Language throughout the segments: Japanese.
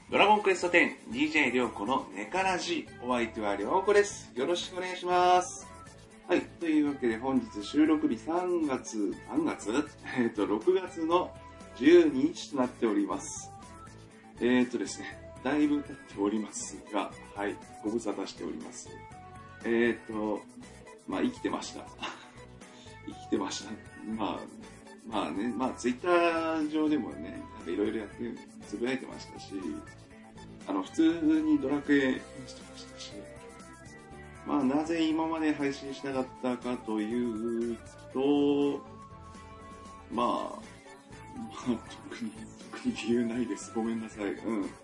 ドラゴンクエスト 10DJ りょうこのネカラジ、お相手はりょうこです。よろしくお願いします。はい、というわけで本日収録日6月の12日となっております。ですね、だいぶ経っておりますが、はい、ご無沙汰しております。生きてました。生きてました。まあね、ツイッター上でもね、なんかいろいろやってつぶやいてましたし、普通にドラクエしてましたし、なぜ今まで配信しなかったかというと、特に理由ないです。ごめんなさい。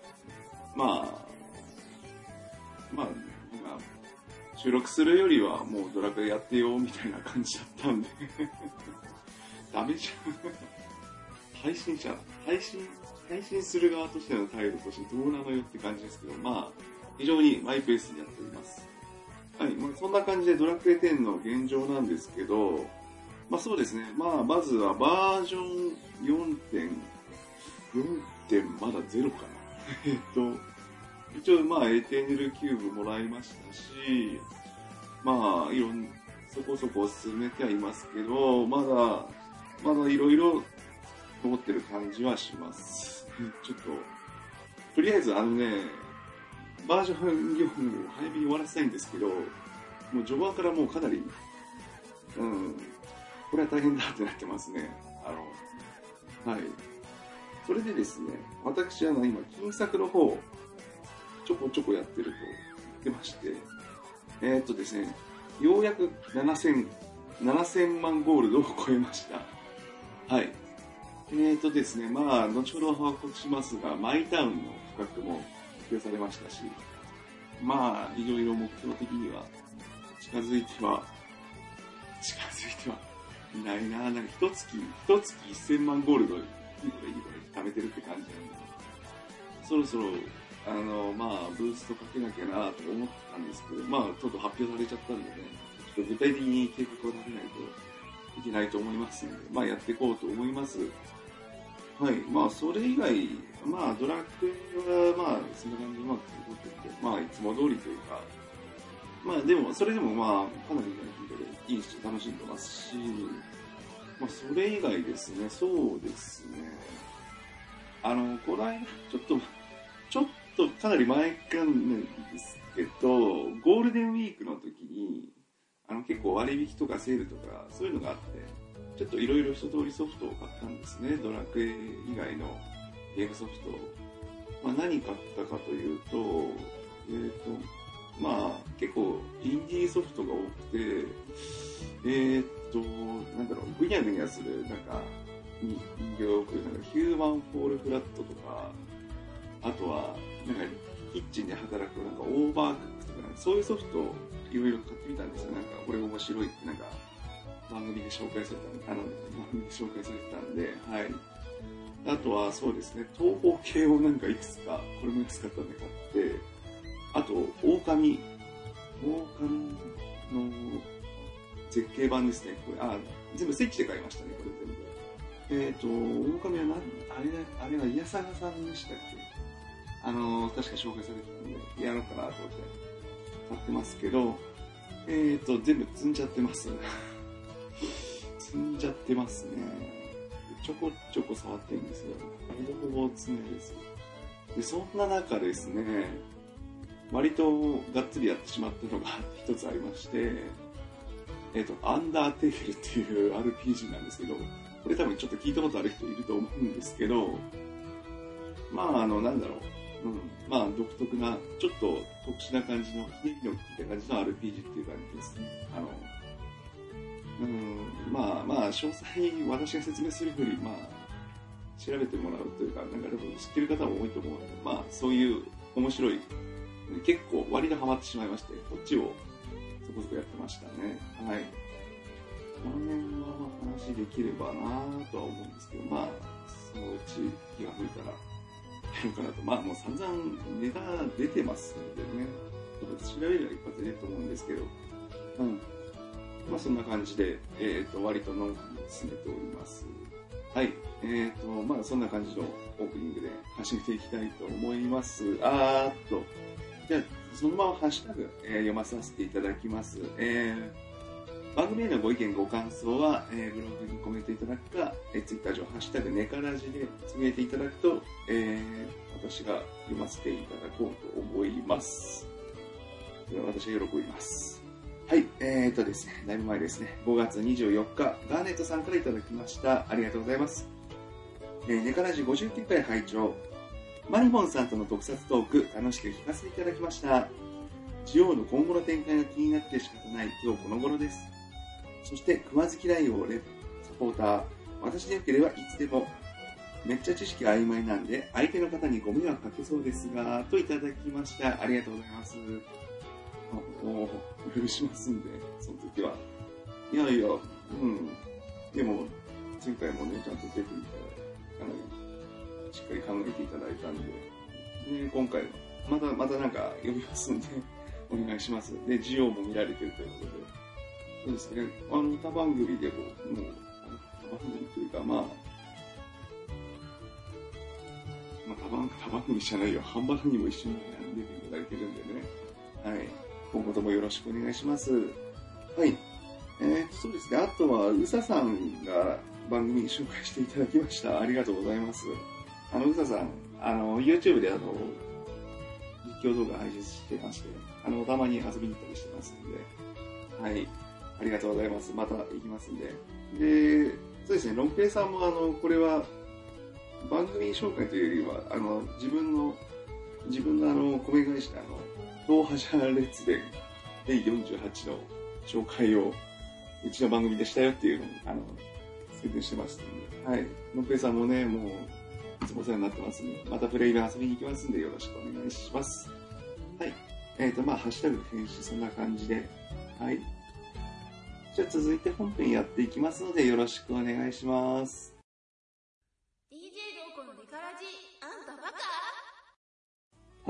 収録するよりはもうドラクエやってよみたいな感じだったんでダメじゃん配信する側としての態度としてどうなのよって感じですけど、非常にマイペースにやっております。はい、そんな感じでドラクエ10の現状なんですけど、そうですね、まずはバージョン 4. まだ0かな一応エテーネルキューブもらいましたし、そこそこ進めてはいますけど、まだいろいろ思ってる感じはします。ちょっと、とりあえずバージョン4を早めに終わらせたいんですけど、もう序盤からもうかなり、これは大変だってなってますね。はい。それでですね、私今、金策の方、ちょこちょこやってると言ってまして、ですね、ようやく7000万ゴールドを超えました。はい。ですね、後ほど報告しますが、マイタウンの価格も発表されましたし、いろいろ目標的には近づいてはいないな。なんか一月1000万ゴールドいいこれ貯めてるって感じなんで、そろそろブーストかけなきゃなと思ったんですけど、ちょっと発表されちゃったんでね、ちょっと具体的に計画を立てないといけないと思いますので、やっていこうと思います。はい、それ以外、ドラクエは、そんな感じでうまく動いてて、いつも通りというか、でも、それでもかなりいいし、楽しんでますし、それ以外ですね、そうですね、この間、ちょっとかなり前なんですけど、ゴールデンウィークの時に、結構割引とかセールとか、そういうのがあって、ちょっといろいろ一通りソフトを買ったんですね。ドラクエ以外のゲームソフトを。何買ったかというと、結構インディーソフトが多くて、ぐにゃぐにゃする、人形を送る、ヒューマンフォールフラットとか、あとは、キッチンで働く、オーバークックとか、そういうソフトをいろいろ買ってみたんですよ。これ面白いって、番組で紹介されたんで、はい。あとは、そうですね、東方系をいくつか、これも安かったんで買って、あと、狼の絶景版ですね。これ、全部スイッチで買いましたね、これ全部。狼はあれはイヤサガさんでしたっけ？確か紹介されてたんで、やろうかなと思って買ってますけど、全部積んじゃってます。積んじゃってますね。ちょこちょこ触ってるんですよ。ほぼ常です。で、そんな中ですね、割とがっつりやってしまったのが一つありまして、アンダーテールっていう RPG なんですけど、これ多分ちょっと聞いたことある人いると思うんですけど、独特な、ちょっと特殊な感じの、ヒデみたいな感じの RPG っていう感じですね。詳細私が説明するより、調べてもらうというか、多分知ってる方も多いと思うので、そういう面白い、結構割とハマってしまいまして、こっちをそこそこやってましたね。はい。この辺は話できればなぁとは思うんですけど、そのうち気が向いたらやるかなと。もう散々ネタ出てますのでね、調べれば一発で出ると思うんですけど、そんな感じで、割とのんきに進めております。はい。 まあそんな感じのオープニングで始めていきたいと思います。じゃあ、そのままハッシュタグ、読まさせていただきます。番組へのご意見ご感想は、ブログにコメントいただくか、ツイッター上ハッシュタグネカラジでつぶやいていただくと、私が読ませていただこうと思います。私が喜びます。はい、ですね、だいぶ前ですね、5月24日、ガーネットさんからいただきました。ありがとうございます。ネカラジ59回拝聴。マリモンさんとの特撮トーク、楽しく聞かせていただきました。ジオの今後の展開が気になって仕方ない今日この頃です。そして、食わず嫌いをサポーター、私でよければいつでも、めっちゃ知識曖昧なんで、相手の方にご迷惑かけそうですが、といただきました。ありがとうございます。もう、許しますんで、その時は。いやいや、でも、前回もね、ちゃんと出ていただいて、かなり、しっかり考えていただいたんで、今回、またなんか読みますんで、お願いします。で、ジオも見られてるということで。そうですね、他番組でも、他番組というか、他番組じゃないよ、ハンバラにも一緒に出ていただいてるんでね。はい。今後ともよろしくお願いします。はい。そうですね。あとは、うささんが番組に紹介していただきました。ありがとうございます。うささん、YouTube で実況動画配信してまして、たまに遊びに行ったりしてますんで、はい。ありがとうございます。また行きますんで。で、そうですね。ロンペイさんもこれは、番組紹介というよりは、自分の米会社東波ジャー列伝第48の紹介をうちの番組でしたよっていうのを宣伝してましたので、はい。のっぺいさんもね、もういつもお世話になってますんで、またプレイが遊びに行きますんでよろしくお願いします。はい。ハッシュタグ編集そんな感じで、はい。じゃあ続いて本編やっていきますのでよろしくお願いします。 DJ ローコのリカラジ、あんたバカ？ はい、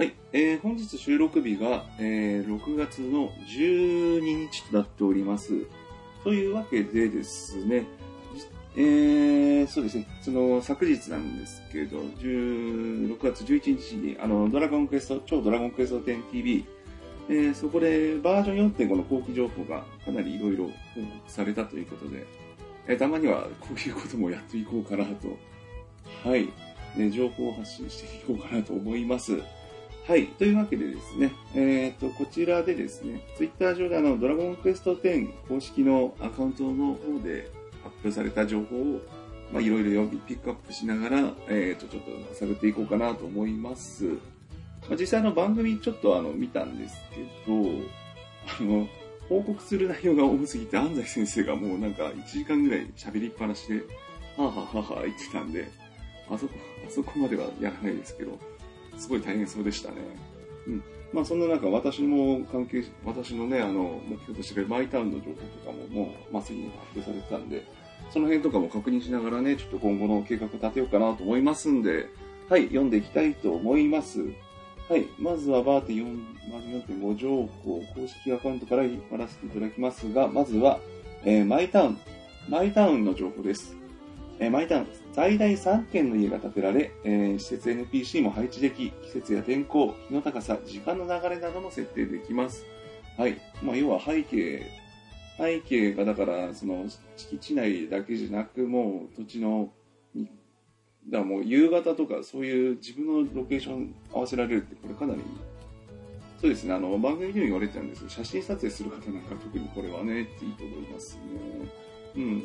本日収録日が、6月の12日となっております。というわけでですね、そうですね、昨日なんですけど、6月11日に、ドラゴンクエスト、超ドラゴンクエスト 10TV、そこでバージョン 4.5 の後期情報がかなりいろいろ報告されたということで、たまにはこういうこともやっていこうかなと、はい、情報発信していこうかなと思います。はい。というわけでですね、こちらでですね、ツイッター上でドラゴンクエスト10公式のアカウントの方で発表された情報を、いろいろピックアップしながら、ちょっと探っていこうかなと思います。実際番組ちょっと見たんですけど、報告する内容が多すぎて、安西先生がもうなんか1時間ぐらい喋りっぱなしで、はぁはぁはぁはぁ言ってたんで、あそこまではやらないですけど、すごい大変そうでしたね。そんな中、私のね、目標としてるマイタウンの情報とかももう、すぐに発表されてたんで、その辺とかも確認しながらね、ちょっと今後の計画を立てようかなと思いますんで、はい、読んでいきたいと思います。はい、まずはバーティ 4.5 情報公式アカウントから引っ張らせていただきますが、まずは、マイタウンの情報です。マイタウン、最大3軒の家が建てられ、施設 NPC も配置でき、季節や天候、日の高さ、時間の流れなども設定できます。はい。要は背景がだから、敷地内だけじゃなく、もう土地の、だからもう夕方とかそういう自分のロケーション合わせられるって、これかなり、そうですね、番組でも言われてたんですけど、写真撮影する方なんか特にこれはね、っていいと思いますね。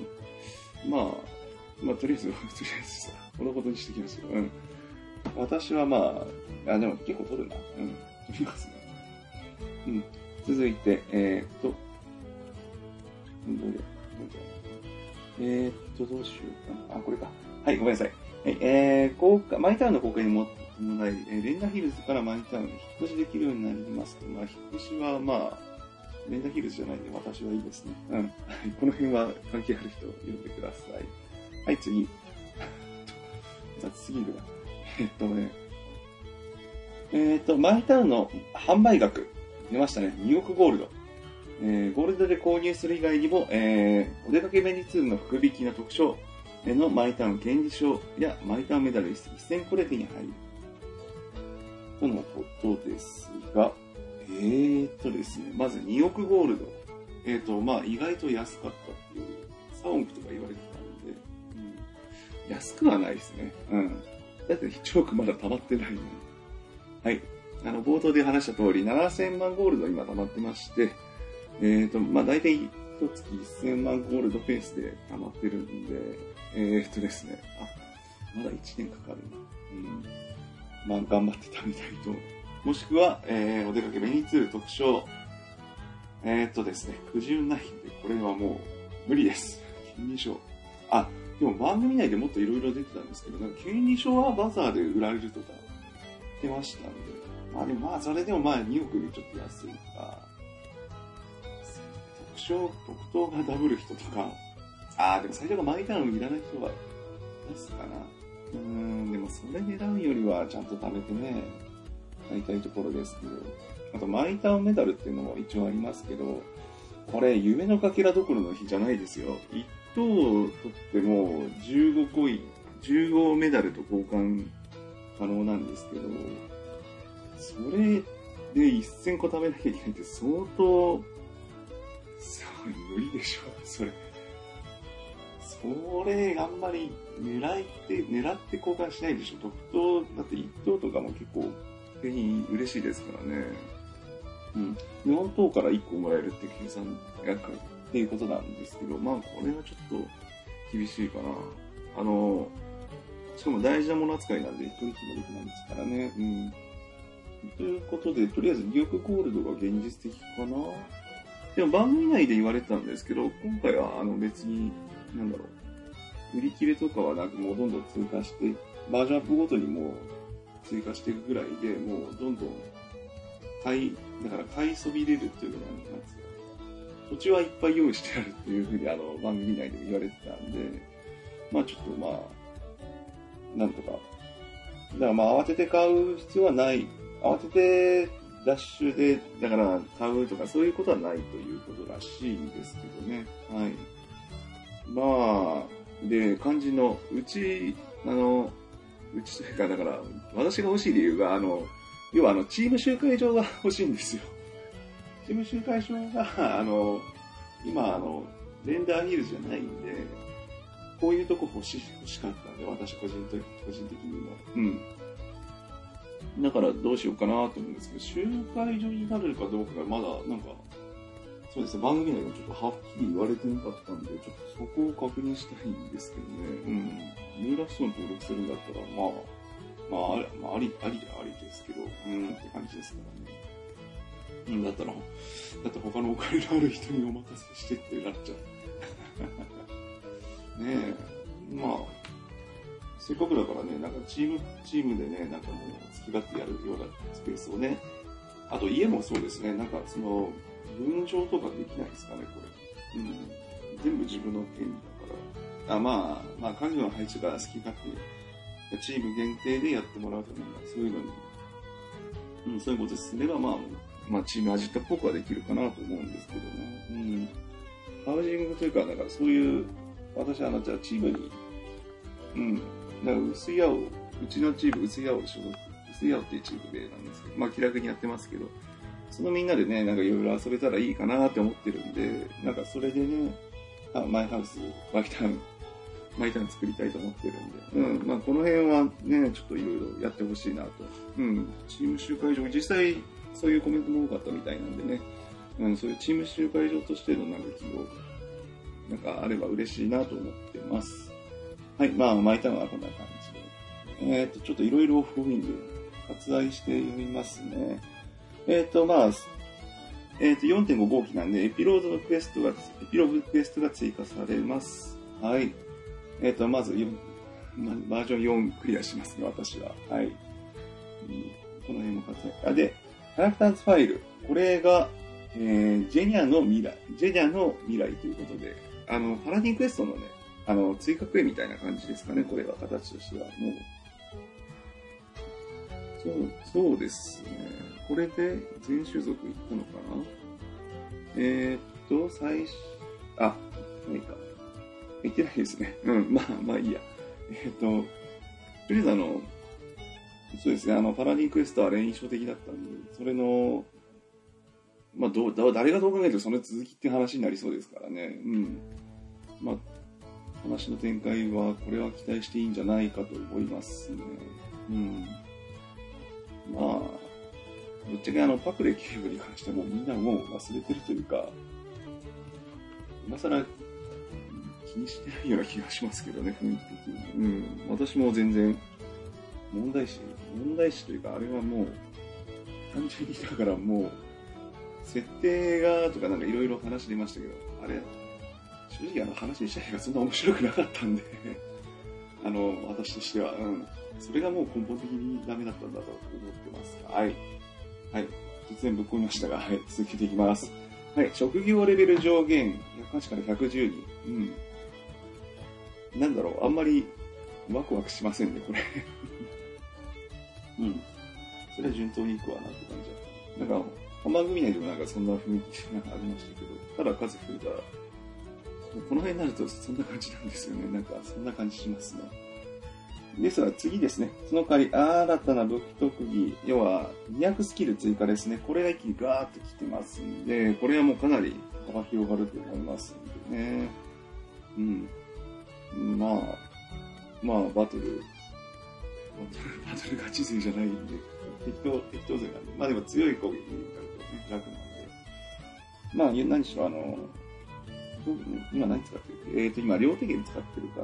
とりあえずさ、ほどほどにしてきますよ。私はでも結構撮るな。撮りますね。続いて、どうしようかな。これか。はい、ごめんなさい。はい、マイタウンの公開に伴い、レンダヒルズからマイタウンに引っ越しできるようになりますと。引っ越しはレンダヒルズじゃないんで私はいいですね。この辺は関係ある人読んでください。はい、次。雑すぎるな。マイタウンの販売額。出ましたね。2億ゴールド。ゴールドで購入する以外にも、お出かけ便利ツールの福引きの特徴、 のマイタウン権利書やマイタウンメダル1000個で手に入る。とのことですが、ですね、まず2億ゴールド。まあ意外と安かったっていう、3億とか言われてたんで、安くはないですね。だって1億まだ溜まってないのに。はい。冒頭で話した通り、7000万ゴールド今溜まってまして、まあ大体1月1000万ゴールドペースで溜まってるんで、ですね、まだ1年かかるな。まあ頑張って貯めたいと。もしくは、お出かけベニーツール特賞。ですね、苦渋ないんで、これはもう無理です。権利書。でも番組内でもっといろいろ出てたんですけど、権利書はバザーで売られるとか言ってましたんで。でもそれでも2億でちょっと安いか。特等がダブる人とか。でも最初がマイタウンいらない人は安かな。でもそれ狙うよりはちゃんと貯めてね、買いたいところですけど。あとマイタウンメダルっていうのも一応ありますけど、これ夢のかけらどころの日じゃないですよ。1等を取っても15コイン、15メダルと交換可能なんですけど、それで1000個食べなきゃいけないって相当、無理でしょ、それあんまり狙って交換しないでしょ。特等、だって1等とかも結構手に嬉しいですからね。4等から1個もらえるって計算やっていうことなんですけど、これはちょっと厳しいかな。しかも大事なもの扱いなんで取引もできないですからね。ということで、とりあえず2億ゴールドが現実的かな。でも番組内で言われてたんですけど、今回は別に、売り切れとかはなく、もうどんどん追加して、バージョンアップごとにもう追加していくぐらいで、もうどんどん買いそびれるっていうのがなんですよ。土地はいっぱい用意してあるっていうふうに番組内でも言われてたんで、ちょっとなんとか。だから慌てて買う必要はない。慌ててダッシュで、買うとかそういうことはないということらしいんですけどね。はい。で、肝心の、うちというか、私が欲しい理由が、要はチーム集会場が欲しいんですよ。チーム集会場が、今、レンダーヒルじゃないんで、こういうとこ欲しかったんで、私個人的にも。だからどうしようかなと思うんですけど、集会場になるかどうかがまだ、そうですね、番組内でもちょっとはっきり言われてなかったんで、ちょっとそこを確認したいんですけどね。ユーラストに登録するんだったら、ありですけど、って感じですからね。だって他のお金のある人にお任せしてってなっちゃう。ねえ。せっかくだからね、チームでね、もう好き勝手やるようなスペースをね。あと家もそうですね、分譲とかできないですかね、これ。全部自分の権利だから。家具の配置が好き勝手、チーム限定でやってもらうとか、そういうのに、そういうことすれば、チームアジットっぽくはできるかなと思うんですけどね。ハウジングというか、そういう、私はじゃあチームに、薄い青、うちのチーム、薄い青所属、薄い青っていうチームでなんですけど、気楽にやってますけど、そのみんなでね、いろいろ遊べたらいいかなって思ってるんで、それでね、マイハウス、マイタウン作りたいと思ってるんで、この辺はね、ちょっといろいろやってほしいなと。チーム集会場、実際そういうコメントも多かったみたいなんでね、そういうチーム集会場としての希望、あれば嬉しいなと思ってます。はい、マイタウンはこんな感じで。ちょっといろいろ多いんで、割愛して読みますね。4.5 号機なんで、エピローグクエストが追加されます。はい。まずバージョン4クリアしますね、私は。はい。この辺も割愛。で、キャラクターズファイル。これが、ジェニアの未来ということで、パラディンクエストのね、追加クエみたいな感じですかね、これは形としては。もうそうですね。これで全種族いったのかな。ないか。 行ってないですね。まあいいや。とりあえずそうですね、パラディンクエストあれ印象的だったんで、それの、まあ誰がどう考えてもその続きっていう話になりそうですからね。まあ、話の展開は、これは期待していいんじゃないかと思いますね。まあ、ぶっちゃけパクレ警部に関してはもうみんなもう忘れてるというか、今更気にしてないような気がしますけどね、雰囲気的に。私も全然、問題視というか、あれはもう、単純にだからもう、設定がとかなんかいろいろ話出ましたけど、あれ、正直話自体がそんな面白くなかったんで、私としては、それがもう根本的にダメだったんだと思ってます。はい。突然ぶっ込みましたが、はい、続けていきます。はい、職業レベル上限、108から110に。なんだろう、あんまりワクワクしませんね、これ。それは順当にいくわなって感じだった。なんか、番組内でもなんかそんな雰囲気がありましたけど、ただ数増えたら、この辺になるとそんな感じなんですよね。なんか、そんな感じしますね。ですが、次ですね。その代わり、新たな武器特技、要は、200スキル追加ですね。これが一気にガーッと来てますんで、これはもうかなり幅広がると思いますんでね。まあ、バトルガチ勢じゃないんで、適当勢なんで、まあでも強い攻撃になるとね、楽なんで。まあ、何しろ今何使ってる今、両手剣使ってるから、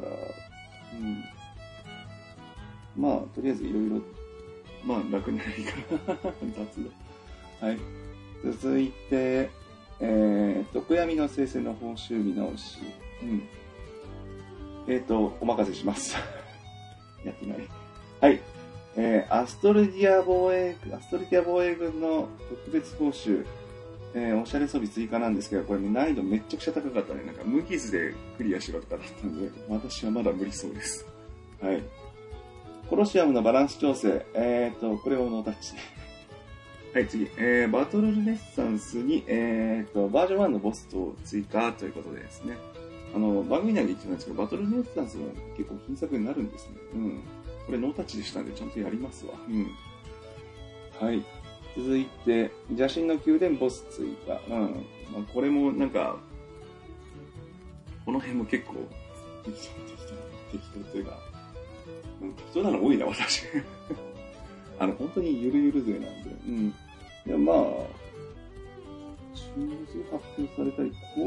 まあ、とりあえずいろいろ、まあ、楽になりかな。雑だ。はい。続いて、お闇の聖戦の報酬見直し。お任せします。やってない。はい。アストルティア防衛軍の特別報酬、おしゃれ装備追加なんですけど、これね、難易度めっちゃくちゃ高かったね。なんか無傷でクリアしろとかだったんで、私はまだ無理そうです。はい。コロシアムのバランス調整、これをノータッチで。はい、次。バトルルネッサンスに、バージョン1のボスと追加ということでですね。番組内で言ってたんですけど、バトルルネッサンスも結構金策になるんですね。これノータッチでしたんで、ちゃんとやりますわ。はい。続いて、邪神の宮殿ボス追加。これもなんか、この辺も結構、適当というか、適当なの多いな、私。本当にゆるゆる勢なんで。いや、まあ、週末発表されたり、報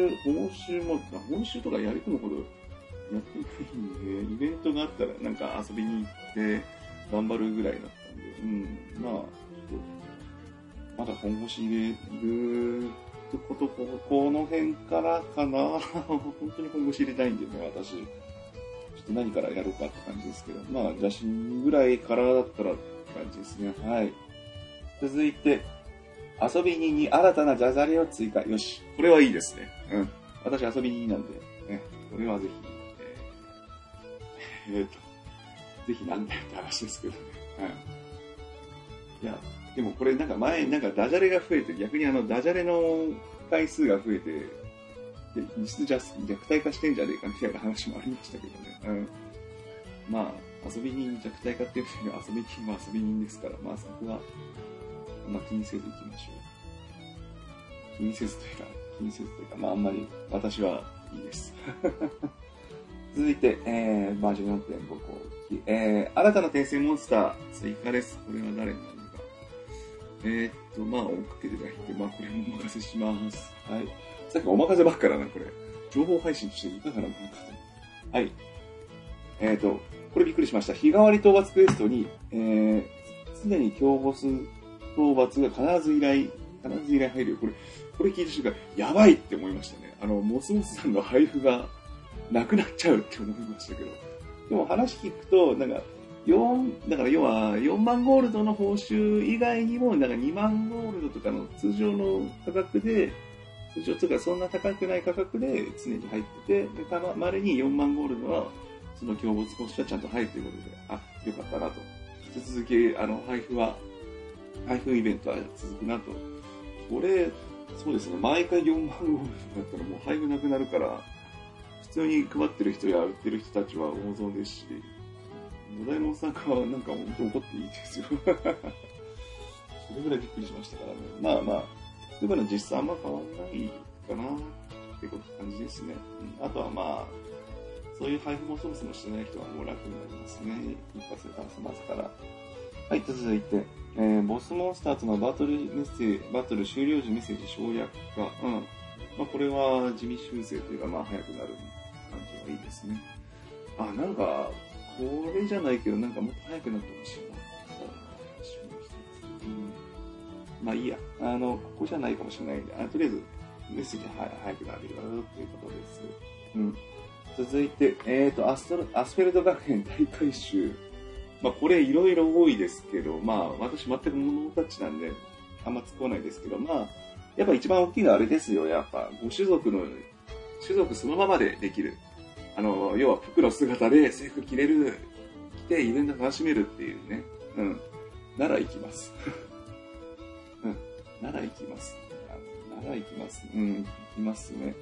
酬とかやり込むほどやってないんで、イベントがあったらなんか遊びに行って頑張るぐらいだったんで、まあ、ちょっと、まだ本腰入れること、この辺からかな。本当に本腰入れたいんでね、私。ちょっと何からやろうかって感じですけど、まあ、邪神ぐらいからだったらって感じですね。はい。続いて、遊び人に新たなダジャレを追加。よし。これはいいですね。私遊び人なんで、ね、これはぜひ、ぜひなんだよって話ですけどね。いや、でもこれなんか前、なんかダジャレが増えて、逆にダジャレの回数が増えて、で実質虐待化してんじゃねえかみたいな話もありましたけどね。まあ、遊び人、虐待化っていうのは遊び人は遊び人ですから、まあそこは、気にせず行きましょう。気にせずというか、まああんまり私はいいです。続いて、バージョン 4.5 後期、新たな転生モンスター追加です。これは誰になるのか。まあ追っかけてないんで、まあこれもお任せします。はい。さっきお任せばっかだな、これ。情報配信としていかがなものかと。はい。これびっくりしました。日替わり討伐クエストに、常に強ボス討伐が必ず依頼入るよ。これ聞いた瞬間、やばいって思いましたね。モスモスさんの配布がなくなっちゃうって思いましたけど。でも話聞くと、なんか、だから要は4万ゴールドの報酬以外にも、なんか2万ゴールドとかの通常の価格で、通常とかそんな高くない価格で常に入ってて、で、まれに4万ゴールドは、その強没報酬はちゃんと入るということで、よかったなと。引き続き、配布イベントは続くなと。これ、そうですね、毎回4万ゴールドだったらもう配布なくなるから、普通に配ってる人や売ってる人たちは大損ですし、野田山さんはなんか本当怒っていいですよ。それぐらいびっくりしましたからね。まあまあ、だから実際あんま変わんないかなって感じですね。あとはまあ、そういう配布もそもそもしてない人はもう楽になりますね。一発で出せますから。はい、続いて、ボスモンスターとのバトル終了時メッセージ省略化。まあこれは地味修正というか、まあ早くなる感じはいいですね。なんか、これじゃないけど、なんかもっと早くなってほしいな。まあいいや。ここじゃないかもしれないんで、とりあえずメッセージ早くなるよっていうことです。続いて、アスフェルト学園大改修。まあこれいろいろ多いですけど、まあ私全くモノタッチなんで、あんま使わないですけど、まあ、やっぱ一番大きいのはあれですよ。やっぱ、種族そのままでできる。要は服の姿で制服着てイベント楽しめるっていうね。なら行きます。なら行きます。行きますね。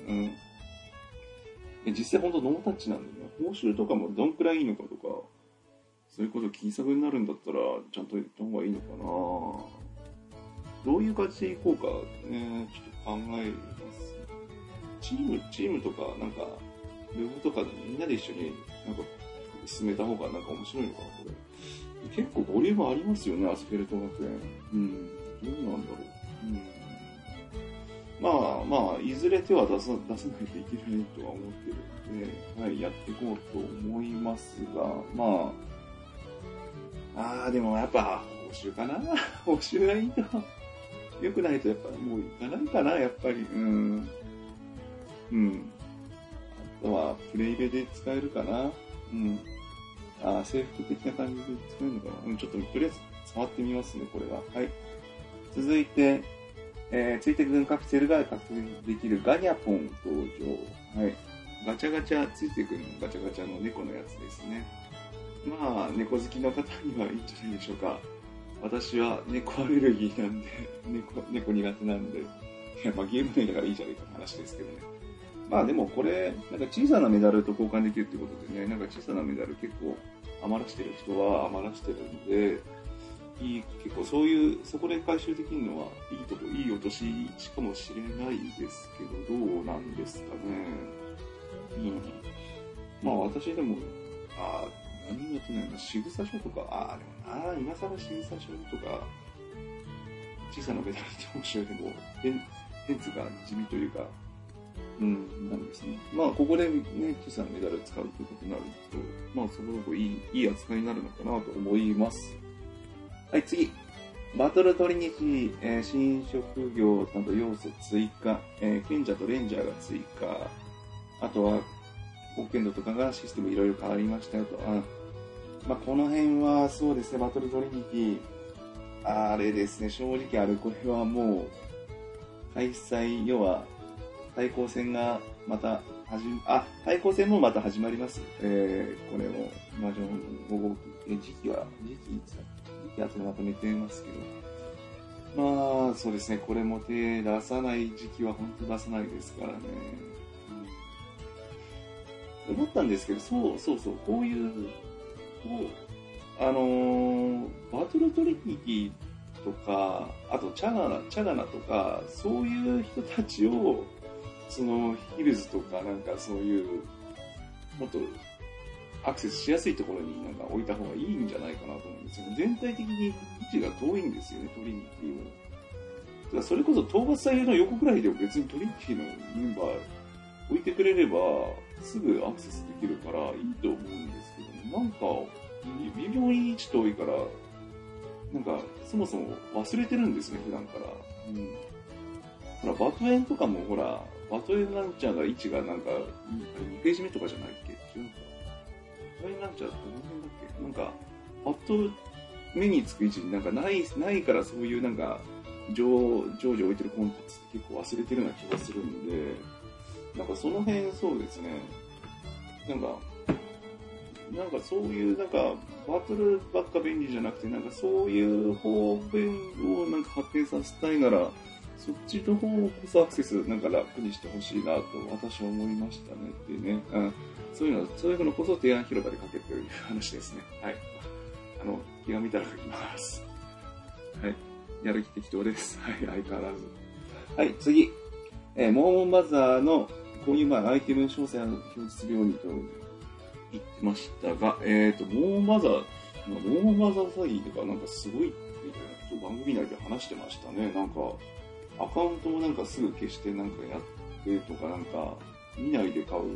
実際本当ノータッチなんでね、報酬とかもどんくらいいいのかとか、そういうこと金策になるんだったら、ちゃんと言った方がいいのかな。どういう感じでいこうか、ちょっと考えます。チームとか、なんか、ルームとかでみんなで一緒になんか進めた方がなんか面白いのかな、これ。結構ボリュームありますよね、アスフェルト学園。どうなんだろう。まあ、いずれ手は出さないといけないとは思ってるので、はい、やっていこうと思いますが、でもやっぱ、報酬かな。報酬がいいと。良くないとやっぱもういかないかな、やっぱり。あとは、プレイベで使えるかな。制服的な感じで使えるのかな。ちょっととりあえず触ってみますね、これは。はい。続いて、ついてくるカプセルが獲得できるガニャポン登場。はい。ガチャガチャ、ついてくるガチャガチャの猫のやつですね。まあ、猫好きの方にはいいんじゃないでしょうか。私は猫アレルギーなんで、猫苦手なんで、まあゲーム内だからいいじゃないかって話ですけどね。まあでもこれ、なんか小さなメダルと交換できるってことでね、なんか小さなメダル結構余らしてる人は余らしてるんで、結構そこで回収できるのはいいお年かもしれないですけど、どうなんですかね。まあ私でも、何やってないの？仕草書とか、今更仕草書とか、小さなメダルって面白いけど、ヘンツが地味というか、なんですね。まあ、ここでね、小さなメダル使うということになると、まあ、そこそこいい扱いになるのかなと思います。はい、次。バトルトリニティ、新職業など要素追加、賢者とレンジャーが追加、あとは、貢献度とかがシステムいろいろ変わりましたよと。まあ、この辺はそうですね、バトルトリニティ、あれですね、正直これはもう、開催、要は、対抗戦がまた対抗戦もまた始まります。これも、マジョン5号機、時期いつだ？時期後でまとめてますけど。まあ、そうですね、これも手出さない時期は本当出さないですからね。思ったんですけど、そう、こういう、バトルトリニティとか、あとチャガナとか、そういう人たちを、そのヒルズとかなんかそういうもっとアクセスしやすいところになんか置いた方がいいんじゃないかなと思うんですよ。全体的に位置が遠いんですよね、トリニティも。だからそれこそ討伐祭の横くらいでも別にトリニティのメンバー置いてくれればすぐアクセスできるからいいと思うんですけど、なんか微妙に位置遠いからなんかそもそも忘れてるんですね、普段から。ほらバトエンとかもほらバトエンランチャーが位置がなんか2ページ目とかじゃないっけ？違うか。バトエンランチャーどの辺だっけ？なんかパッと目につく位置になんかないからそういうなんか常時置いてるコンテンツって結構忘れてるような気がするんで、なんかその辺そうですね。なんかそういうなんかバトルばっか便利じゃなくてなんかそういう方便をなんか発展させたいならそっちの方こそアクセスなんか楽にしてほしいなと私は思いましたねっていうね。そういうのこそ提案広場でかけてる話ですね。はい。気が見たら書きます。はい。やる気適当です。はい。相変わらず。はい。次。モーモンバザーのこういうアイテム詳細を表示するようにと言ってましたが、モーモンバザー詐欺とかなんかすごいみたいなことを番組内で話してましたね。なんか、アカウントもなんかすぐ消してなんかやってとかなんか、見ないで買うとか、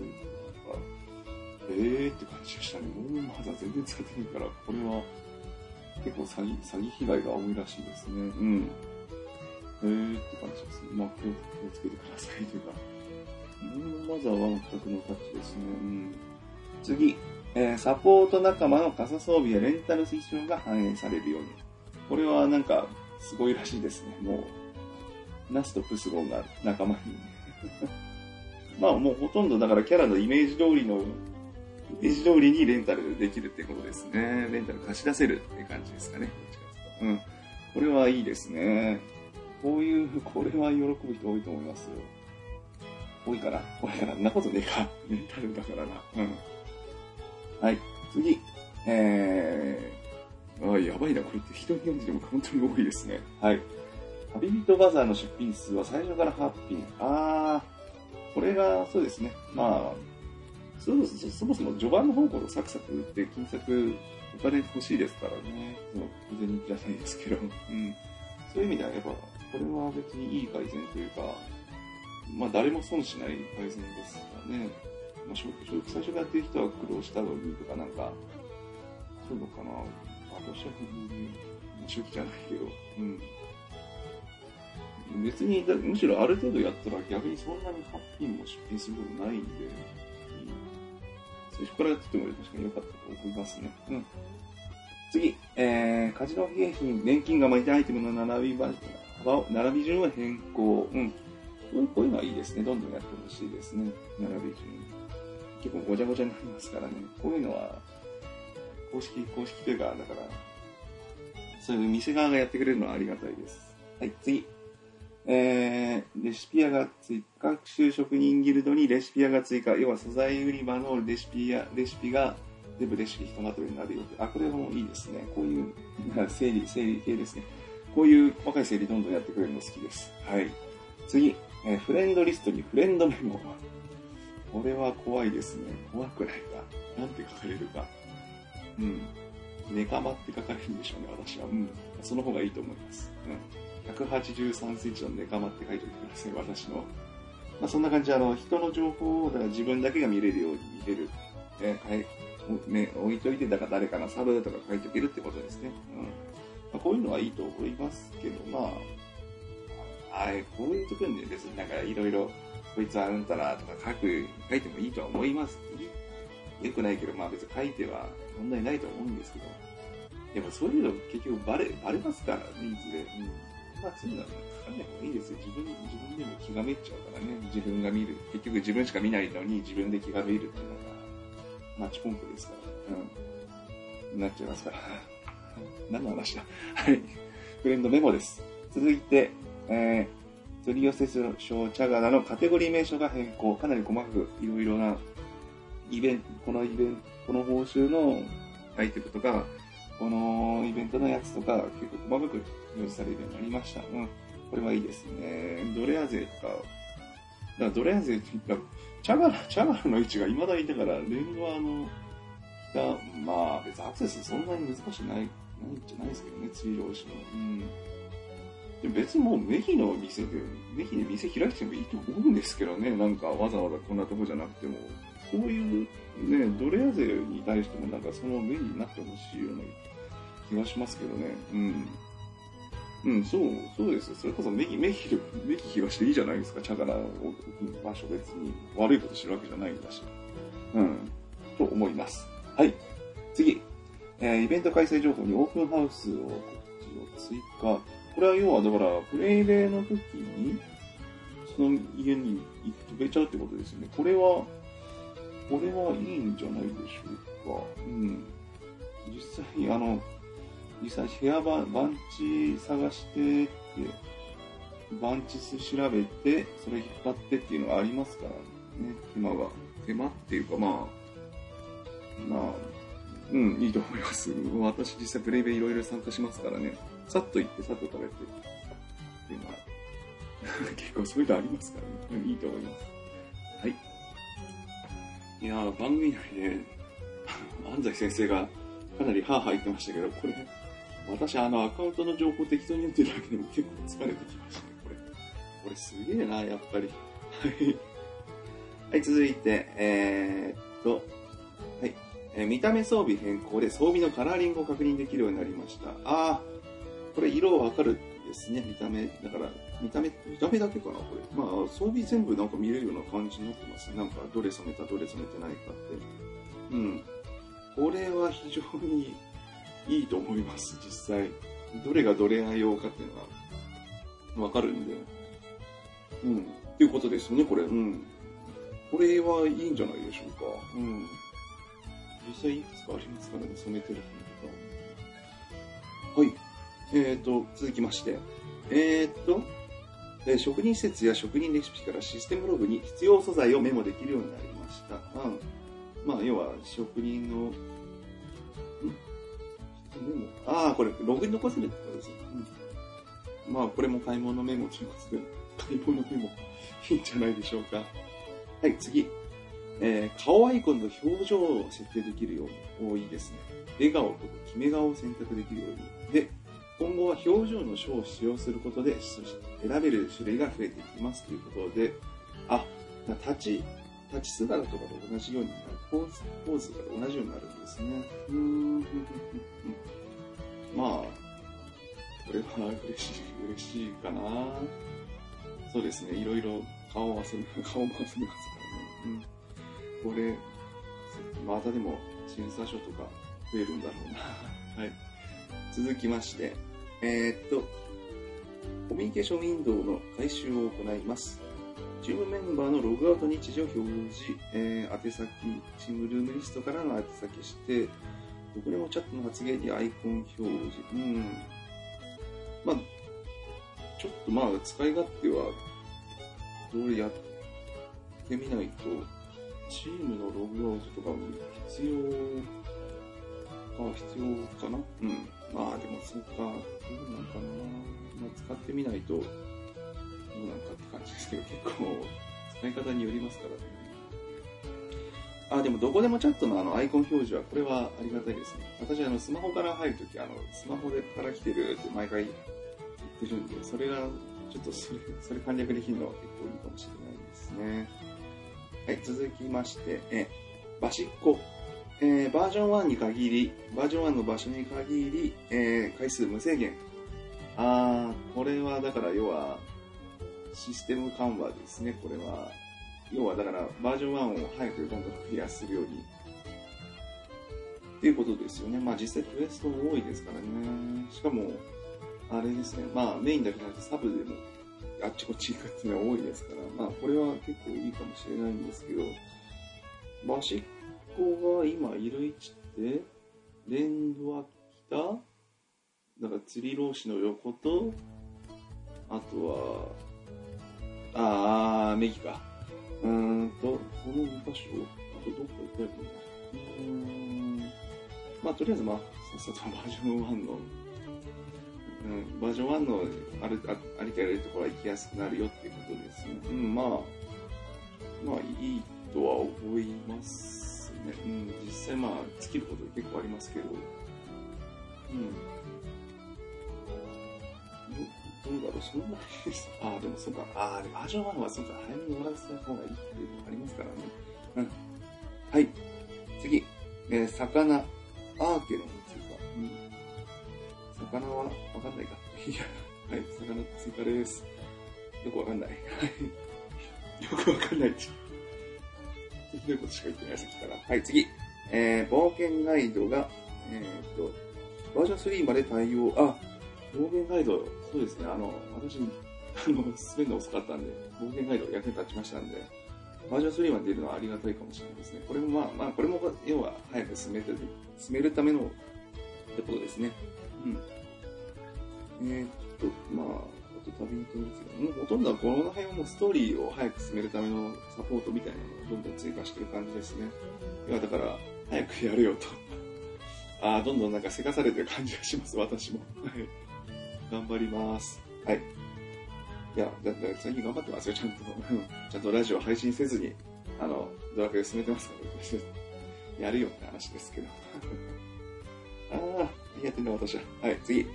って感じでしたね。モーモンバザー全然使ってないから、これは結構詐欺被害が多いらしいですね。うん。って感じですね。まあ、気をつけてくださいというか。モーモンバザーは全くのタッチですね。うん。次。サポート仲間の傘装備やレンタル推奨が反映されるように。これはなんか、すごいらしいですね。もう、ナスとプスロンが仲間に。まあもうほとんどだからキャラのイメージ通りにレンタルできるってことですね。レンタル貸し出せるって感じですかね。うん。これはいいですね。これは喜ぶ人多いと思いますよ。多いかな。そんなことねえか。レンタルだからな。うん。はい。次。やばいな。これって人に読んでても本当に多いですね。はい。旅人バザーの出品数は最初から8品。これがそうですね。まあ、そもそも序盤の方からサクサク打って金策お金欲しいですからね。小銭じゃないですけど。うん。そういう意味ではやっぱ、これは別にいい改善というか、まあ誰も損しない改善ですからね。まあ、最初からやってる人は苦労したのにとかなんか、そういうのかな。私は、正直じゃないけど、うん。別に、むしろある程度やったら逆にそんなに8品も出品することないんで、最初からやってても確かに良かったと思いますね。うん。次、カジノ景品、年金が巻いたアイテムの並び順を変更。うん。こういうのはいいですね。どんどんやってほしいですね。並び順。結構ごちゃごちゃになりますからね。こういうのは、公式というか、だから、そういう店側がやってくれるのはありがたいです。はい、次。レシピ屋が各種職人ギルドにレシピ屋が追加。要は素材売り場のレシピが全部レシピひとまとめになるよって。これもいいですね。こういう、整理系ですね。こういう細かい整理どんどんやってくれるの好きです。はい。次。フレンドリストにフレンドメモ。これは怖いですね。怖くないか。なんて書かれるか。うん。ネカマって書かれるんでしょうね、私は。うん。その方がいいと思います。うん。183センチのネカマって書いておいてください、私の。まあ、そんな感じで、人の情報をだから自分だけが見れるように見れる。はい。ね、置いといて、だから誰かのサブとか書いておけるってことですね。うん。まあ、こういうのはいいと思いますけど、まあ、こういうところに別になんかいろいろ、こいつはあんたらとか書いてもいいとは思います。よくないけど、まあ別に書いては問題ないと思うんですけど、やっぱそういうの結局バレますからね、いずれ。うん。まあそういうのは書かない方がいいですよ。自分でも気がめっちゃうからね。自分が見る。結局自分しか見ないのに自分で気がめるっていうのが、マッチポンプですから。うん。なっちゃいますから。何の話だ。はい。フレンドメモです。続いて、取り寄せ賞茶柄のカテゴリー名称が変更。かなり細かくいろいろなこの報酬のアイテムとか、このイベントのやつとか、結構細かく表示されるようになりました。うん。これはいいですね。ドレア勢とか、ドレア勢って言ったら、チャガラの位置が未だにだから、連ドアのまあ別にアクセスそんなに難しくないじゃないですけどね、追浪しの。うん。でも別にもうメヒの店で店開いてもいいと思うんですけどね、なんかわざわざこんなとこじゃなくても、そういうね、ドレア勢に対してもなんかそのメヒになってほしいような気がしますけどね。うん。うん、そうですよ。それこそメヒ東でいいじゃないですか、チャガラの場所別に悪いことしてるわけじゃないんだし。うん。と思います。はい。次。イベント開催情報にオープンハウスを追加。これは要はだから、プレイデーの時に、その家に飛べちゃうってことですよね。これはいいんじゃないでしょうか。うん。実際部屋番地探してってバンチス調べて、それ引っ張ってっていうのがありますからね、今は。手間っていうか、いいと思います。私実際ブレイベいろいろ参加しますからね、さっと行ってさっと食べてっていうのは、結構そういうのありますからね、いいと思います。はい。いやー、番組内で、安西先生がかなり歯入ってましたけど、これ、私アカウントの情報適当に言ってるだけでも結構疲れてきましたね、これすげえな、やっぱり。はい、続いて、はい、見た目装備変更で装備のカラーリングを確認できるようになりました。これ色わかるですね、見た目。だから、見た目だけかな、これ。装備全部なんか見れるような感じになってます。なんか、どれ染めた、どれ染めてないかって。これは非常にいいと思います、実際。どれがどれ用かっていうのがわかるんで。っていうことですよね、これ。これはいいんじゃないでしょうか。実際いくつかありますからね、染めてるのとか。はい。続きまして。職人施設や職人レシピからシステムログに必要素材をメモできるようになりました。要は、職人の、これ、ログに残せるってことですね。これも買い物メモということで、買い物メモ、いいんじゃないでしょうか。はい、次。顔アイコンの表情を設定できるように、多いですね。笑顔と決め顔を選択できるように。で、今後は表情の書を使用することで、選べる種類が増えていきますということで、立ち姿とかと同じようになる。ポーズとかと同じようになるんですね。これは嬉しいかな。そうですね。いろいろ顔も遊びますからね。これ、またでも審査書とか増えるんだろうな。はい。続きまして、コミュニケーションウィンドウの回収を行います。チームメンバーのログアウト日時を表示、宛先、チームルームリストからの宛先して、どこでもチャットの発言にアイコン表示。ちょっと使い勝手は、どれやってみないと、チームのログアウトとかも必要かな。でもそうか、どうなんかな。使ってみないと、どうなんかって感じですけど、結構、使い方によりますからね。でもどこでもチャットのアイコン表示は、これはありがたいですね。私スマホから入るとき、スマホから来てるって毎回言ってるんで、それが、ちょっとそれ簡略できるのは結構いいかもしれないですね。はい、続きまして、バシッコ。バージョン1に限り、バージョン1の場所に限り、回数無制限。これはだから要は、システム緩和ですね、これは。要はだからバージョン1を早くどんどんクリアするように。っていうことですよね。実際クエストも多いですからね。しかも、あれですね。メインだけじゃなくてサブでもあっちこっち行くっていうのは多いですから、これは結構いいかもしれないんですけど、バシッコが今いる位置って、レンドは北だから釣り老子の横と、あとは、メギか。この2箇所、あとどっか行ったよね。とりあえずさっさとバージョン1の、バージョン1のありとあらゆるところは行きやすくなるよっていうことですね。いいとは思いますね。実際尽きること結構ありますけど、どうだろう、そんなにでもそうか、バージョン1はそうか、早めに終わらせた方がいいっていうのがありますからね。はい。次、魚、アーケロン追加。魚はわかんないか。はい、魚追加です。よくわかんない。よくわかんない。ひどいことしか言ってない、さっきから。はい、次。冒険ガイドが、バージョン3まで対応。冒険ガイド、そうですね。私、進めるの遅かったんで、冒険ガイド役に立ちましたんで、バージョン3まで出るのはありがたいかもしれないですね。これもこれも、要は、早く進めるための、ってことですね。 と旅に飛びつける。もうほとんどはこの辺はもうストーリーを早く進めるためのサポートみたいなのをどんどん追加してる感じですね。いや、だから、早くやるよと。どんどんなんかせかされてる感じがします、私も。はい。頑張ります。はい。いや、だって最近頑張ってますよ、ちゃんと。ちゃんとラジオ配信せずに、ドラクエ進めてますから、やるよって話ですけど。やってんだ私は。はい、次。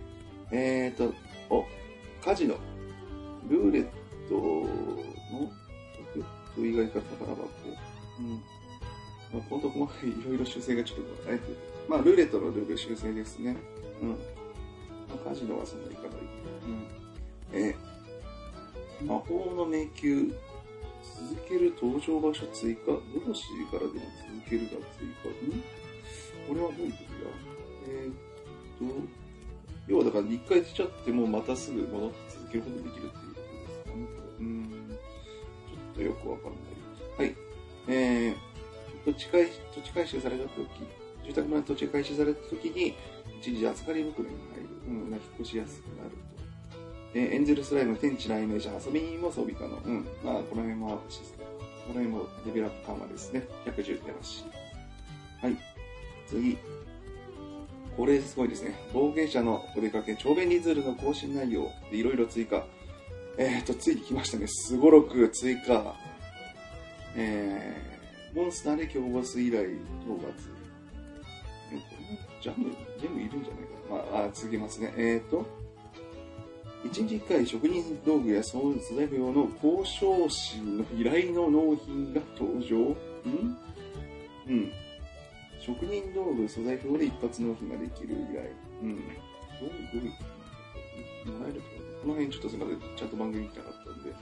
カジノ。ルーレットの以外から宝箱。ほんと細かいいろいろ修正がちょっと、ルーレットのルール修正ですね。カジノはそんなにいかない。魔法の迷宮。続ける登場場所追加。どのシーからでも続けるが追加。これはどういうことだ？要はだから1回出ちゃってもまたすぐ戻って続けることができるっていうことですかね。ちょっとよくわかんない。はい。土地回収されたとき、住宅の土地が回収されたときに、一時預かり袋に入る。引っ越しやすくなると。エンゼルスライム、天地雷鳴者、遊びにも装備可能。この辺もシステム。この辺もレベルアップ緩和ですね。110出ますし。はい。次。これすごいですね。冒険者のお出かけ、超便利ツールの更新内容でいろいろ追加。ついに来ましたね。すごろく追加。モンスターで強ボス以来討伐。全部いるんじゃないかな。続けますね。1日1回職人道具や素材不要の交渉士の依頼の納品が登場。職人道具、素材不要で一発納品ができる依頼。どういうこともらえるとこの辺ちょっとすみません。ちゃんと番組見たかったんで。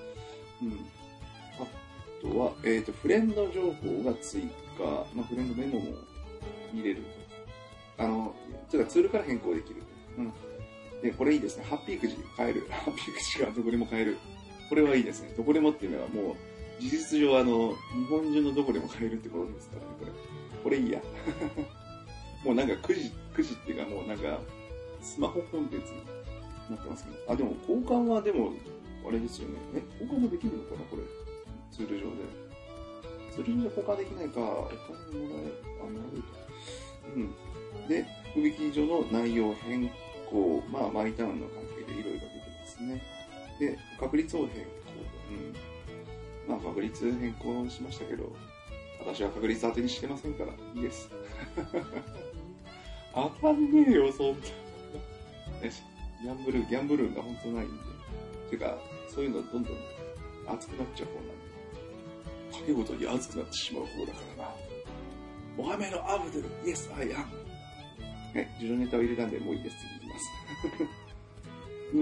あとは、フレンド情報が追加。フレンドメモも入れると。ツールから変更できる。で、これいいですね。ハッピーくじ買える。ハッピーくじがどこでも買える。これはいいですね。どこでもっていうのはもう、事実上日本中のどこでも買えるってことですからね、これいいや。もうなんかくじっていうかもうなんか、スマホコンテンツになってますけど。でも交換はでも、あれですよね。交換もできるのかな、これ。ツール上で。ツール上で交換できないか、お金もらえると。で、福引き上の内容変更、マイタウンの関係でいろいろ出てますね。で、確率を変更。確率変更しましたけど、私は確率当てにしてませんから、いいです。当たんねえよ、そんな。ギャンブルが本当ないんで。ていうか、そういうのどんどん熱くなっちゃう方なんで。賭け事に熱くなってしまう方だからな。モハメド・アブデル、イエス、アイアン。自動ネタを入れたんで、もういいです。次いきます。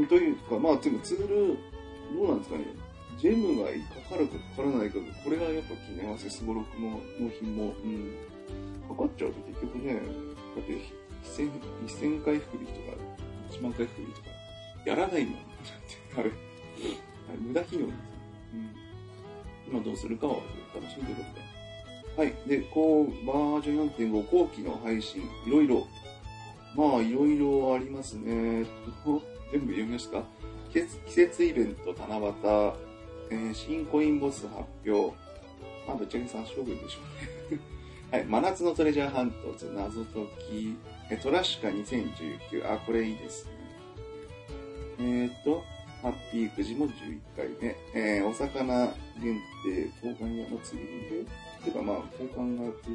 というか、でもツール、どうなんですかね。ジェムがかかるかかからないか、これがやっぱ気になりますね。スゴロクも納品も。かかっちゃうと結局ね、だって1000回福引きとか、1万回福引きとか、やらないもん。あれ、無駄費用です。今どうするかは楽しんでるんで。はい。で、バージョン 4.5 後期の配信、いろいろ。いろいろありますね。全部読みましたか？季節イベント、七夕、新コインボス発表。ぶっちゃけ3将軍でしょうね。はい。真夏のトレジャーハントツ、謎解き、トラシカ2019。これいいですね。ハッピーくじも11回目。お魚限定、交換屋の釣りで、交換が追加ということ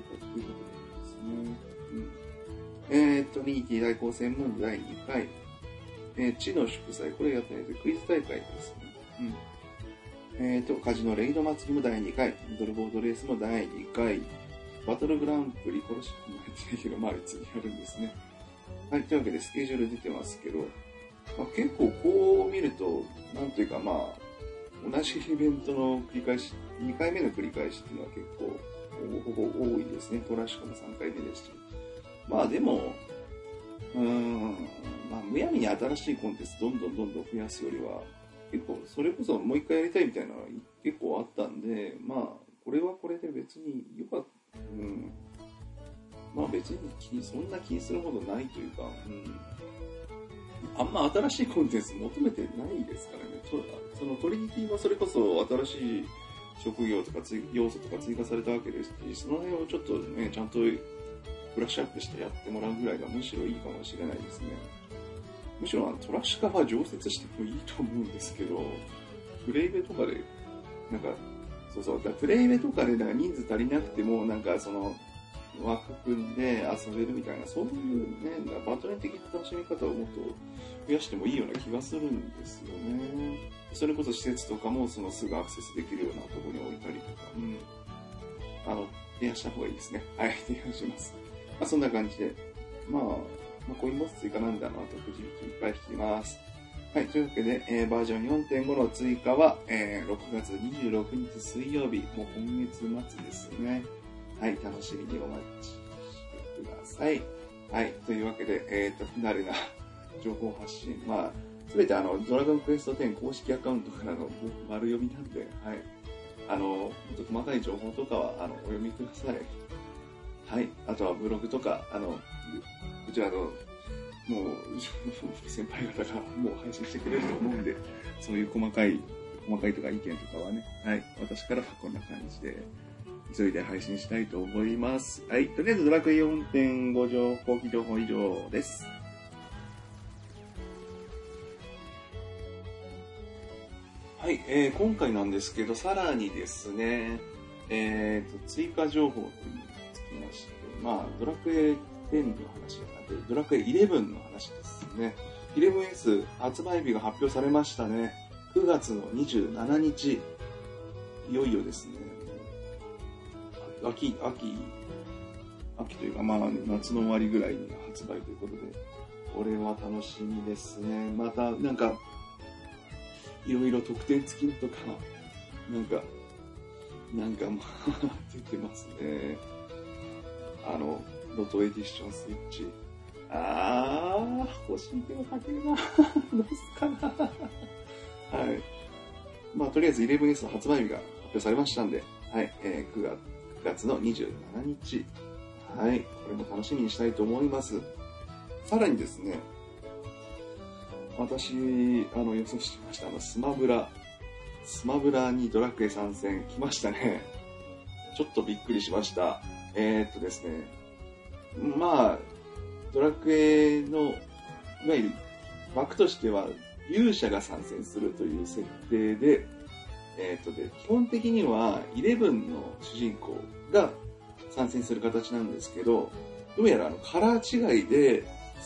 ですね。トリニティ大高専門第2回。知の祝祭、これやってないとクイズ大会ですね。カジノレイド祭りも第2回。ドルボードレースも第2回。バトルグランプリ、これしかやってないけど、次やるんですね。はい、というわけでスケジュール出てますけど、結構こう見ると、なんというか同じイベントの繰り返し、2回目の繰り返しっていうのは結構、ほぼ多いですね。トラシカも3回目ですし。でも、むやみに新しいコンテンツどんどん増やすよりは、結構、それこそもう一回やりたいみたいなのが結構あったんで、これはこれで別に良かった。別にそんな気にするほどないというか、 あんま新しいコンテンツ求めてないですからね。そのトリニティはそれこそ新しい職業とか要素とか追加されたわけですし、その辺をちょっとね、ちゃんとブラッシュアップしてやってもらうぐらいがむしろいいかもしれないですね。むしろトラッシュ化は常設してもいいと思うんですけど、プレイベとかで、なんか、プレイベとかで人数足りなくても、なんかその、枠組んで遊べるみたいな、そういうね、バトル的な楽しみ方をもっと増やしてもいいような気がするんですよね。それこそ施設とかもすぐアクセスできるようなところに置いたりとか、提案した方がいいですね。はい、提案します。そんな感じで、コインボス追加なんだなと、くじ引きいっぱい引きます。はい、というわけで、バージョン 4.5 の追加は、6月26日水曜日、もう今月末ですね。はい、楽しみにお待ちしてください。はい、というわけで、不慣れな情報発信。すべてドラゴンクエスト10公式アカウントからの丸読みなんで、はい。もっと細かい情報とかは、お読みください。はい。あとはブログとか、こちらの、もう、先輩方がもう配信してくれると思うんで、そういう細かいとか意見とかはね、はい。私からはこんな感じで、急いで配信したいと思います。はい。とりあえずドラクエ 4.5 後期情報以上です。はい。今回なんですけど、さらにですね、追加情報というのにつきまして、ドラクエ10の話じゃなくて、ドラクエ11の話ですね。11S 発売日が発表されましたね。9月の27日。いよいよですね。秋というか、夏の終わりぐらいに発売ということで、これは楽しみですね。また、なんか、いろいろ特典付きのとか、なんか出てますね。ロトエディションスイッチ。欲しいけどかけるな。どうすかな。はい。とりあえず 11S の発売日が発表されましたんで、はい、9月の27日。はい。これも楽しみにしたいと思います。さらにですね、私、予想してました。スマブラにドラクエ参戦来ましたね。ちょっとびっくりしました。ですね、ドラクエの、いわゆる枠としては、勇者が参戦するという設定で、基本的には11の主人公が参戦する形なんですけど、どうやらカラー違いで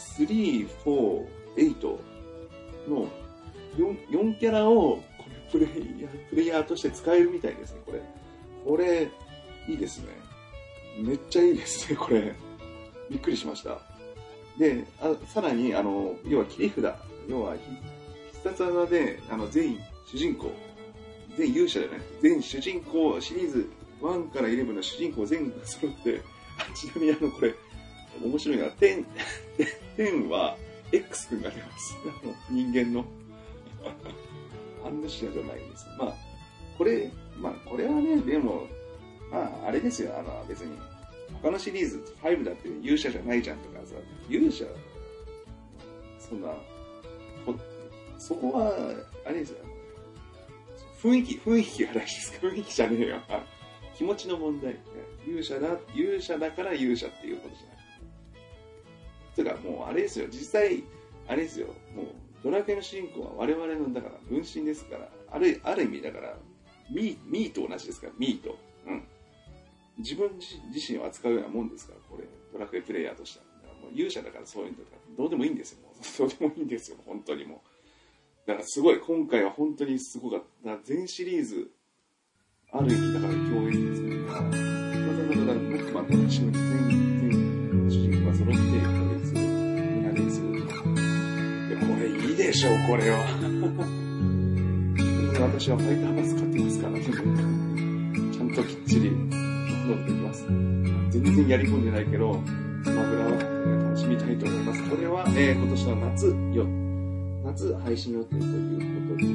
3、4、8の 4キャラをプレイヤーとして使えるみたいですね、これ、いいですね。めっちゃいいですね、これ。びっくりしました。で、さらに、要は切り札、要は必殺技で、全主人公、全勇者じゃない、全主人公シリーズ1から11の主人公全部揃って、ちなみにこれ、面白いのは、10は X 君が出ます。人間の。アンヌシアじゃないんです。これはね、でも、あれですよ、別に、他のシリーズ5だって勇者じゃないじゃんとかさ、勇者、そんな、そこは、あれですよ、雰囲気が大事ですか。雰囲気じゃねえよ。気持ちの問題。勇者だから勇者っていうことじゃない。てか、もうあれですよ、実際、あれですよ、もう、ドラクエの主人公は我々の、だから、分身ですから、ある意味だから、ミーと同じですから、ミーと。自分自身を扱うようなもんですから、これ、ドラクエプレイヤーとしては。だからもう勇者だからそういうのとか、どうでもいいんですよ。どうでもいいんですよ、本当にもう。だからすごい、今回は本当にすごかった。だから全シリーズ、ある意味だから共演ですね。だから、私の全主人公が揃って共演する、みんなでする。これいいでしょう、これは。私はファイターバス買ってますからね。ちゃんときっちり乗ってきます。全然やり込んでないけど、スマブラは楽しみたいと思います。これは、今年の夏配信予定ということです。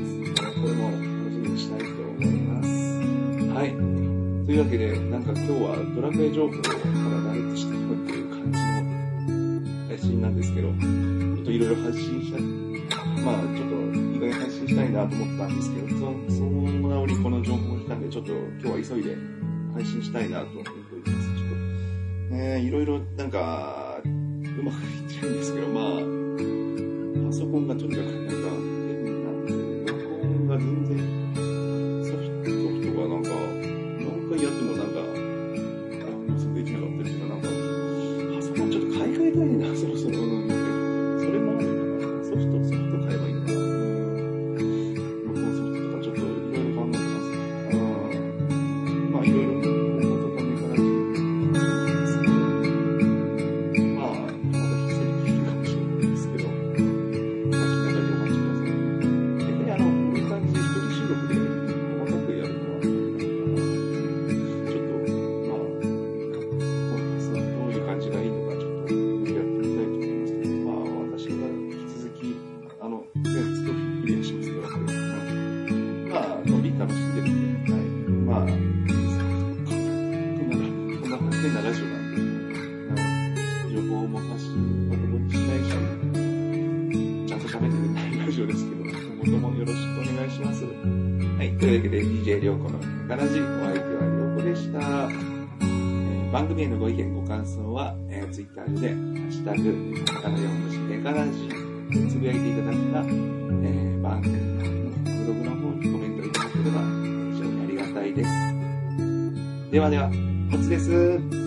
これも楽しみにしたいと思います。はい。というわけで、なんか今日はドラクエ情報から慣れてしてるっていう感じの配信なんですけど、 といろいろ発信した、まあちょっと意外に発信したいなと思ったんですけど、その名折この情報が来たんで、ちょっと今日は急いで配信したいなと思っております。ちょっと、いろいろなんか、うまくいってないんですけど、まあ、パソコンがとにかくなんか変なんで、録音が全然、ソフトがなんか、何回やってもなんか、できなかったりとか、なんか、パソコンちょっと買い替えたいな、そろそろ。それもあるかな。ソフト買えばいいのかな。録音ソフトとかちょっといろいろ考えてます。まあいろいろ、放送ためからですけど、まあ、まだ一人できるかもしれないですけど、まあ、気長にお待ちください。逆にこういう感じで一人収録で細かくやるのは、ちょっと、まあ、どういう感じがいいのか、ちょっとやってみたいと思いますけど、まあ、私が引き続き、ずっとクリアしますから、まあ、のび楽しんでるんで、はい。まあ、こんな変なラジオなんで、情報も発信、まともにしないし、ちゃんと喋ってるないラジオですけど、今後ともよろしくお願いします。はい。というわけで、DJ りょうこのガラジ、お相手はりょうこでした。番組へのご意見ご感想は、Twitter でハッシュタグから4文字でからじでつぶやいていただくか、番組のブログの方にコメントいただければ非常にありがたいです。ではでは、おつです。